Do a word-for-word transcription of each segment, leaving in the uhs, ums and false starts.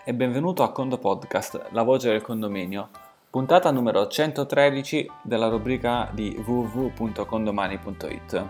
e benvenuto a Condo Podcast, la voce del condominio, puntata numero centotredici della rubrica di w w w punto condomani punto i t.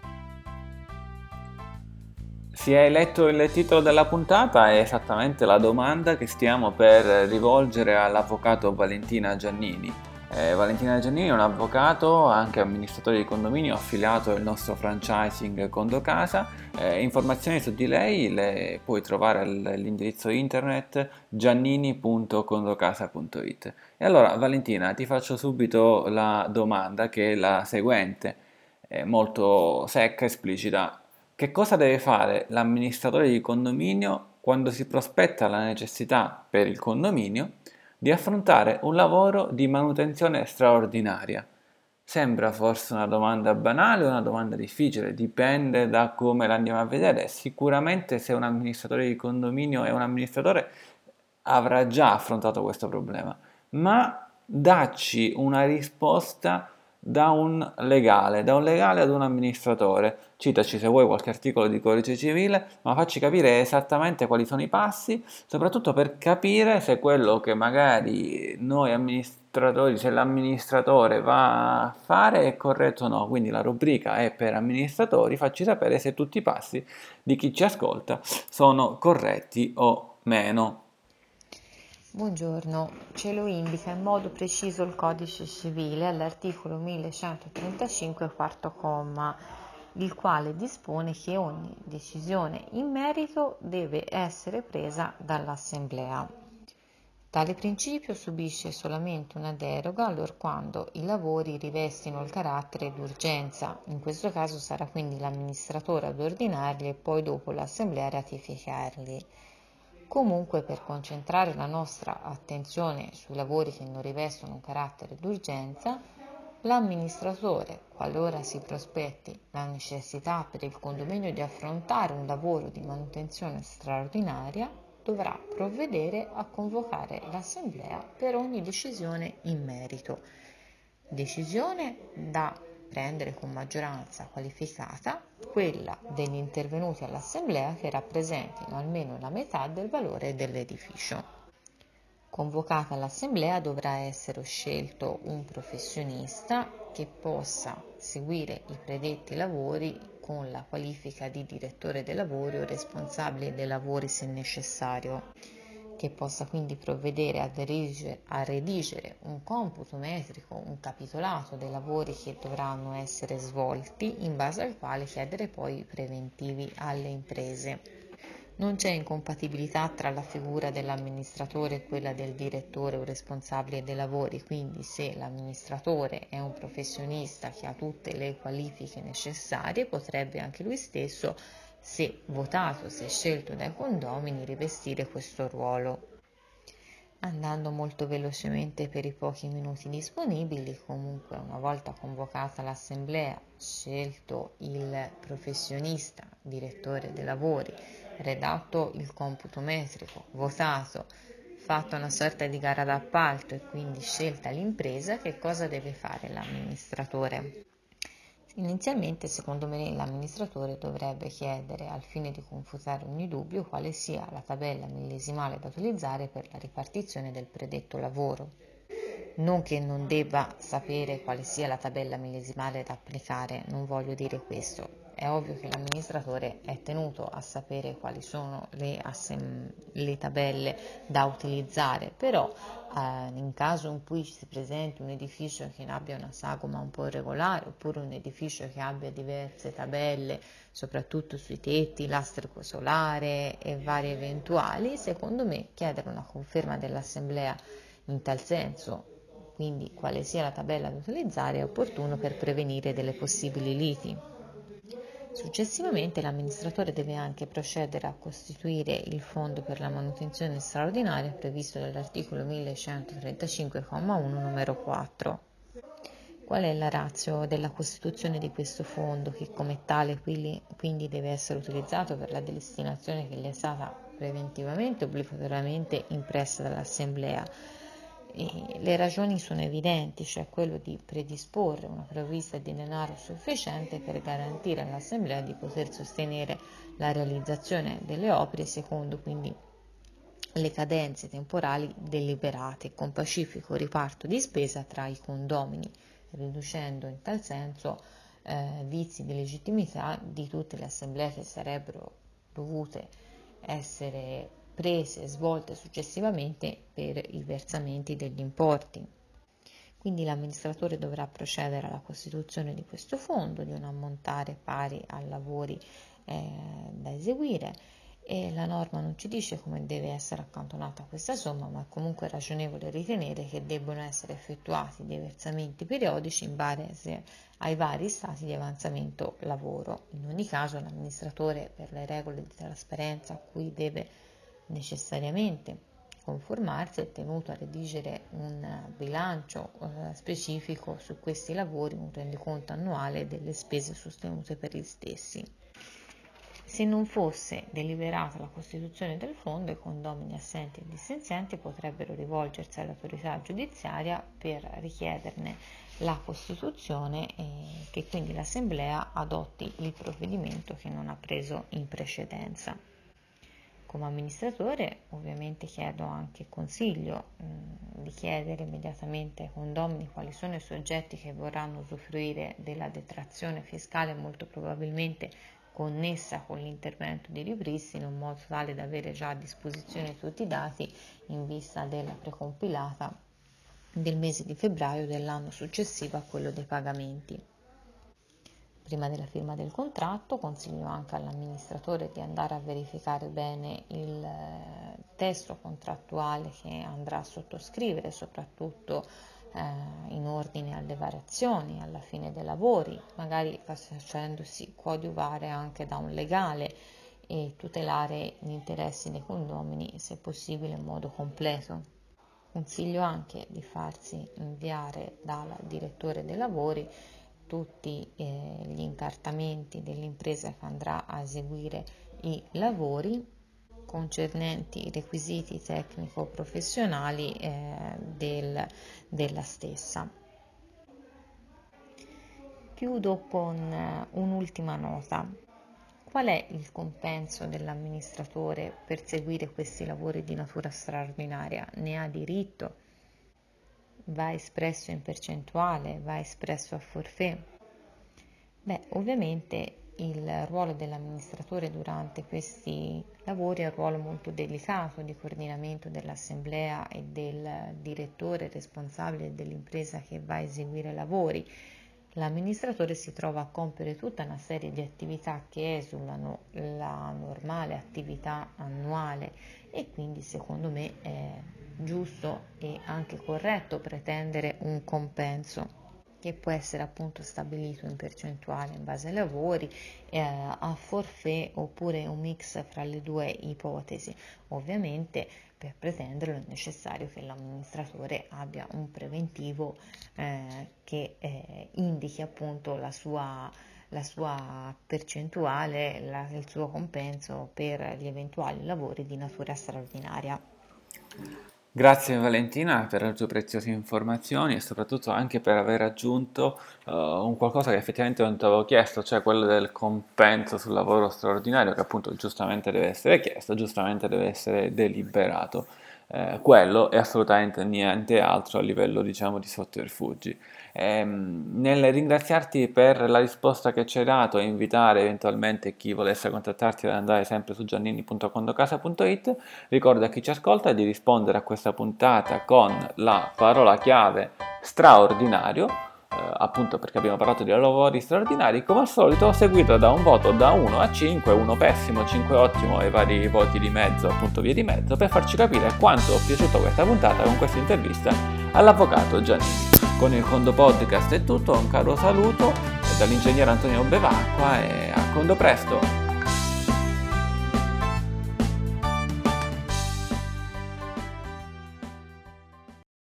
Si è letto il titolo della puntata, è esattamente la domanda che stiamo per rivolgere all'avvocato Valentina Giannini. Eh, Valentina Giannini è un avvocato, anche amministratore di condominio, affiliato al nostro franchising Condocasa. Eh, informazioni su di lei le puoi trovare all'indirizzo internet giannini punto condocasa punto i t. E allora Valentina, ti faccio subito la domanda, che è la seguente, è molto secca, esplicita. Che cosa deve fare l'amministratore di condominio quando si prospetta la necessità per il condominio di affrontare un lavoro di manutenzione straordinaria? Sembra forse una domanda banale o una domanda difficile, dipende da come la andiamo a vedere. Sicuramente se un amministratore di condominio è un amministratore avrà già affrontato questo problema, ma dacci una risposta da un legale, da un legale ad un amministratore. Citaci se vuoi qualche articolo di codice civile, ma facci capire esattamente quali sono i passi, soprattutto per capire se quello che magari noi amministratori, se l'amministratore va a fare è corretto o no. Quindi la rubrica è per amministratori, facci sapere se tutti i passi di chi ci ascolta sono corretti o meno. Buongiorno, ce lo indica in modo preciso il codice civile all'articolo millecentotrentacinque quarto comma, il quale dispone che ogni decisione in merito deve essere presa dall'Assemblea. Tale principio subisce solamente una deroga allorquando i lavori rivestino il carattere d'urgenza. In questo caso sarà quindi l'amministratore ad ordinarli e poi dopo l'Assemblea a ratificarli. Comunque, per concentrare la nostra attenzione sui lavori che non rivestono un carattere d'urgenza, l'amministratore, qualora si prospetti la necessità per il condominio di affrontare un lavoro di manutenzione straordinaria, dovrà provvedere a convocare l'assemblea per ogni decisione in merito. Decisione da prendere con maggioranza qualificata, quella degli intervenuti all'assemblea che rappresentino almeno la metà del valore dell'edificio. Convocata l'assemblea dovrà essere scelto un professionista che possa seguire i predetti lavori con la qualifica di direttore dei lavori o responsabile dei lavori se necessario, che possa quindi provvedere a redigere, a redigere un computo metrico, un capitolato dei lavori che dovranno essere svolti, in base al quale chiedere poi i preventivi alle imprese. Non c'è incompatibilità tra la figura dell'amministratore e quella del direttore o responsabile dei lavori, quindi se l'amministratore è un professionista che ha tutte le qualifiche necessarie, potrebbe anche lui stesso, se votato, se scelto dai condomini, rivestire questo ruolo. Andando molto velocemente per i pochi minuti disponibili, comunque una volta convocata l'assemblea, scelto il professionista, direttore dei lavori, redatto il computo metrico, votato, fatta una sorta di gara d'appalto e quindi scelta l'impresa, che cosa deve fare l'amministratore? Inizialmente, secondo me, l'amministratore dovrebbe chiedere, al fine di confutare ogni dubbio, quale sia la tabella millesimale da utilizzare per la ripartizione del predetto lavoro. Non che non debba sapere quale sia la tabella millesimale da applicare, non voglio dire questo. È ovvio che l'amministratore è tenuto a sapere quali sono le, assem- le tabelle da utilizzare, però eh, in caso in cui si presenti un edificio che abbia una sagoma un po' irregolare, oppure un edificio che abbia diverse tabelle, soprattutto sui tetti, lastrico solare e vari eventuali, secondo me chiedere una conferma dell'assemblea in tal senso, quindi quale sia la tabella da utilizzare, è opportuno per prevenire delle possibili liti. Successivamente l'amministratore deve anche procedere a costituire il fondo per la manutenzione straordinaria previsto dall'articolo millecentotrentacinque comma uno numero quattro. Qual è la ratio della costituzione di questo fondo, che come tale quindi deve essere utilizzato per la destinazione che gli è stata preventivamente obbligatoriamente impressa dall'assemblea? E le ragioni sono evidenti, cioè quello di predisporre una provvista di denaro sufficiente per garantire all'assemblea di poter sostenere la realizzazione delle opere secondo quindi le cadenze temporali deliberate con pacifico riparto di spesa tra i condomini, riducendo in tal senso eh, vizi di legittimità di tutte le assemblee che sarebbero dovute essere prese e svolte successivamente per i versamenti degli importi. Quindi l'amministratore dovrà procedere alla costituzione di questo fondo di un ammontare pari ai lavori eh, da eseguire, e la norma non ci dice come deve essere accantonata questa somma, ma è comunque ragionevole ritenere che debbono essere effettuati dei versamenti periodici in base ai vari stati di avanzamento lavoro. In ogni caso l'amministratore, per le regole di trasparenza a cui deve necessariamente conformarsi, è tenuto a redigere un bilancio eh, specifico su questi lavori, un rendiconto annuale delle spese sostenute per gli stessi. Se non fosse deliberata la costituzione del fondo, i condomini assenti e dissenzienti potrebbero rivolgersi all'autorità giudiziaria per richiederne la costituzione e che quindi l'assemblea adotti il provvedimento che non ha preso in precedenza. Come amministratore ovviamente chiedo anche consiglio mh, di chiedere immediatamente ai condomini quali sono i soggetti che vorranno usufruire della detrazione fiscale, molto probabilmente connessa con l'intervento di ripristino, in modo tale da avere già a disposizione tutti i dati in vista della precompilata del mese di febbraio dell'anno successivo a quello dei pagamenti. Prima della firma del contratto consiglio anche all'amministratore di andare a verificare bene il testo contrattuale che andrà a sottoscrivere, soprattutto eh, in ordine alle variazioni, alla fine dei lavori, magari facendosi coadiuvare anche da un legale e tutelare gli interessi dei condomini, se possibile in modo completo. Consiglio anche di farsi inviare dal direttore dei lavori tutti eh, gli incartamenti dell'impresa che andrà a eseguire i lavori concernenti i requisiti tecnico-professionali eh, del, della stessa. Chiudo con eh, un'ultima nota. Qual è il compenso dell'amministratore per seguire questi lavori di natura straordinaria? Ne ha diritto? Va espresso in percentuale, va espresso a forfait? Beh, ovviamente il ruolo dell'amministratore durante questi lavori è un ruolo molto delicato di coordinamento dell'assemblea e del direttore responsabile dell'impresa che va a eseguire lavori. L'amministratore si trova a compiere tutta una serie di attività che esulano la normale attività annuale e quindi secondo me è giusto e anche corretto pretendere un compenso che può essere appunto stabilito in percentuale in base ai lavori, eh, a forfait oppure un mix fra le due ipotesi. Ovviamente per pretenderlo è necessario che l'amministratore abbia un preventivo eh, che eh, indichi appunto la sua, la sua percentuale, la, il suo compenso per gli eventuali lavori di natura straordinaria. Grazie Valentina per le tue preziose informazioni e soprattutto anche per aver aggiunto uh, un qualcosa che effettivamente non ti avevo chiesto, cioè quello del compenso sul lavoro straordinario che appunto giustamente deve essere chiesto, giustamente deve essere deliberato. Eh, quello è assolutamente niente altro a livello diciamo di sotterfugi. Ehm, nel ringraziarti per la risposta che ci hai dato e invitare eventualmente chi volesse contattarti ad andare sempre su giannini punto condocasa punto it, ricordo a chi ci ascolta di rispondere a questa puntata con la parola chiave straordinario, eh, appunto perché abbiamo parlato di lavori straordinari, come al solito seguito da un voto da uno a cinque, uno pessimo, cinque ottimo e vari voti di mezzo, appunto via di mezzo, per farci capire quanto è piaciuta questa puntata con questa intervista all'avvocato Giannini. Con il Condo Podcast è tutto, un caro saluto dall'ingegnere Antonio Bevacqua e a Condo presto!